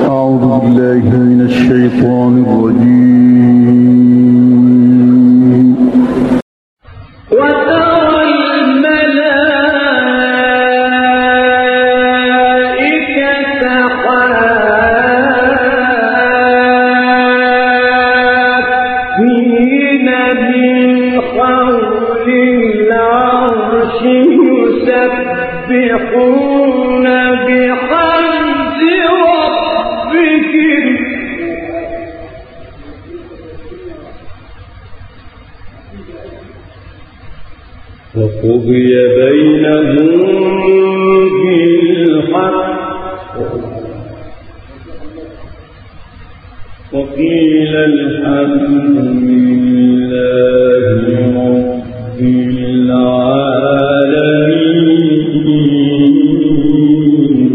أعوذ بالله من الشيطان الرجيم. وترى الملائكة حافين من حول العرش يسبحون بحمد ربهم وقضي بينهم بالحق وقيل الحمد لله رب العالمين.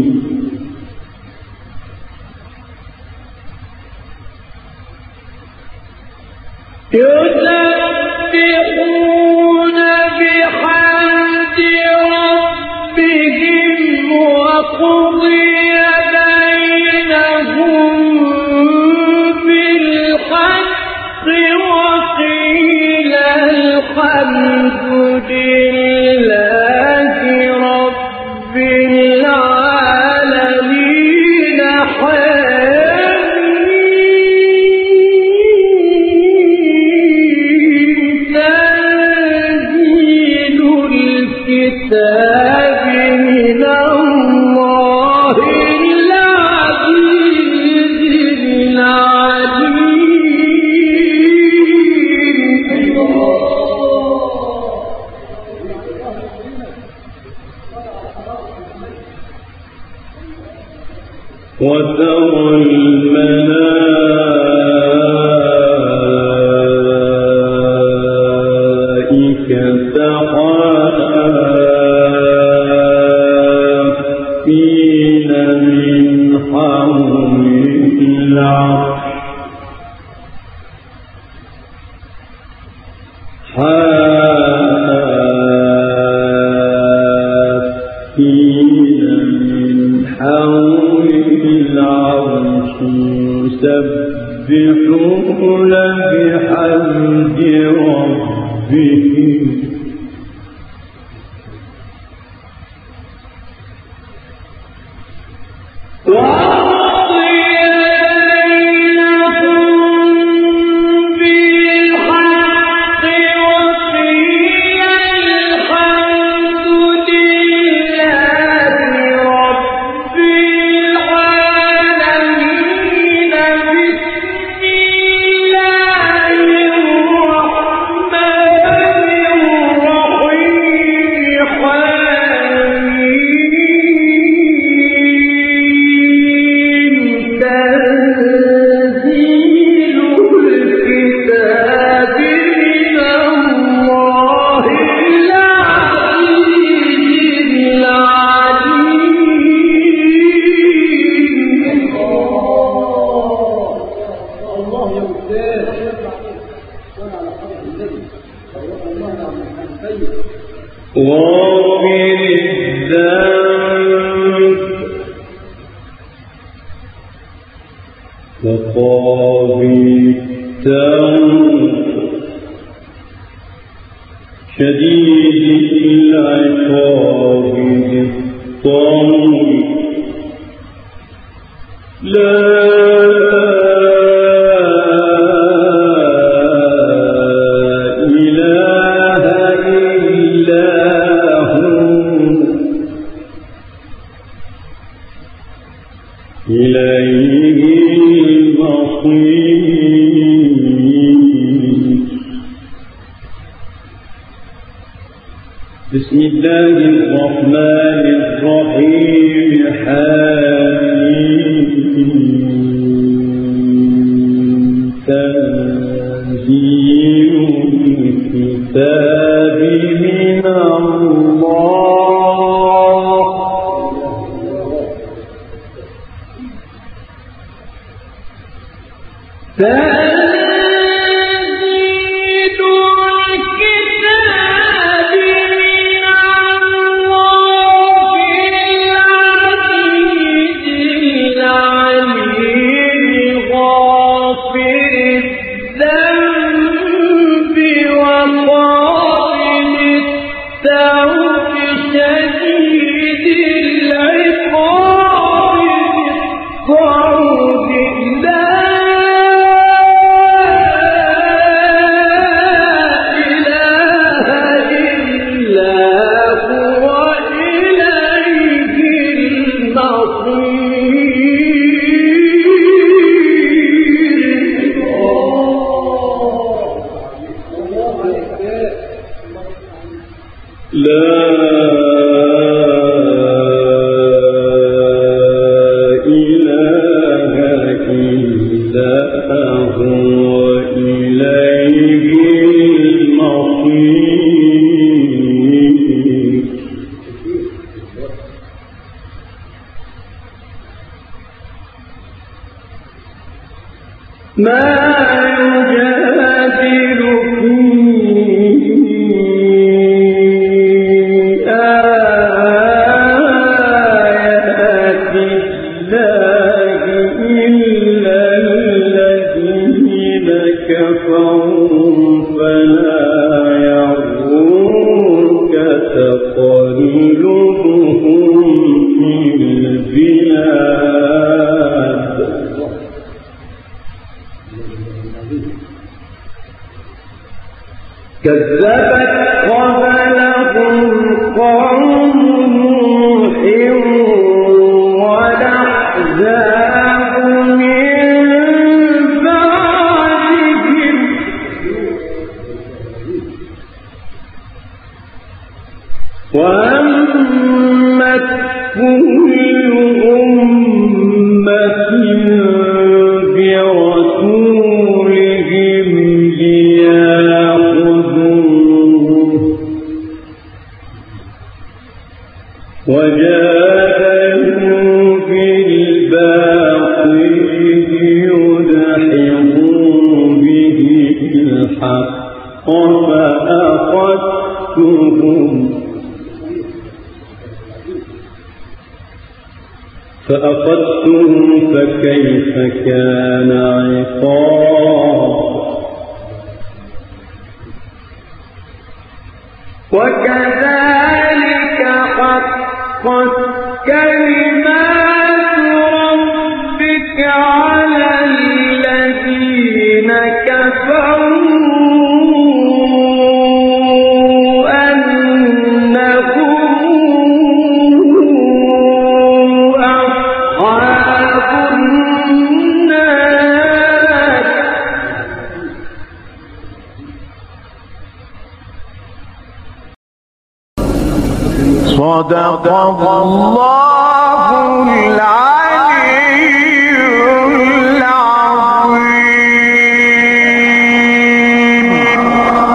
يسبحون بحمد ربهم وقضي بينهم بالحق وقيل الحمد لله رب العالمين. تنزيل الكتاب من الله العزيز العليم. وترى الملائكة حافين من حول العرش يسبحون بحمد ربهم غافر الذنب وقابل التوب شديد العقاب ذي الطول لا إليه المصير. بسم الله الرحمن الرحيم. حميم. تنزيل الكتاب من الله تنزيل الكتاب من الله العزيز العليم. وإليه المصير. ما يجادل في آيات الله إلا الذين كفروا فلا يغرك تقلبهم في البلاد. كذبت قبلهم قوم نوح والأحزاب من بعدهم وهمت كل أمة برسولهم ليأخذوه وجادلوا بالباطل ليدحضوا به الحق فأخذتهم فكيف كان عقاب. وكذلك حقت كلمات ربك على الذين كفروا صدق الله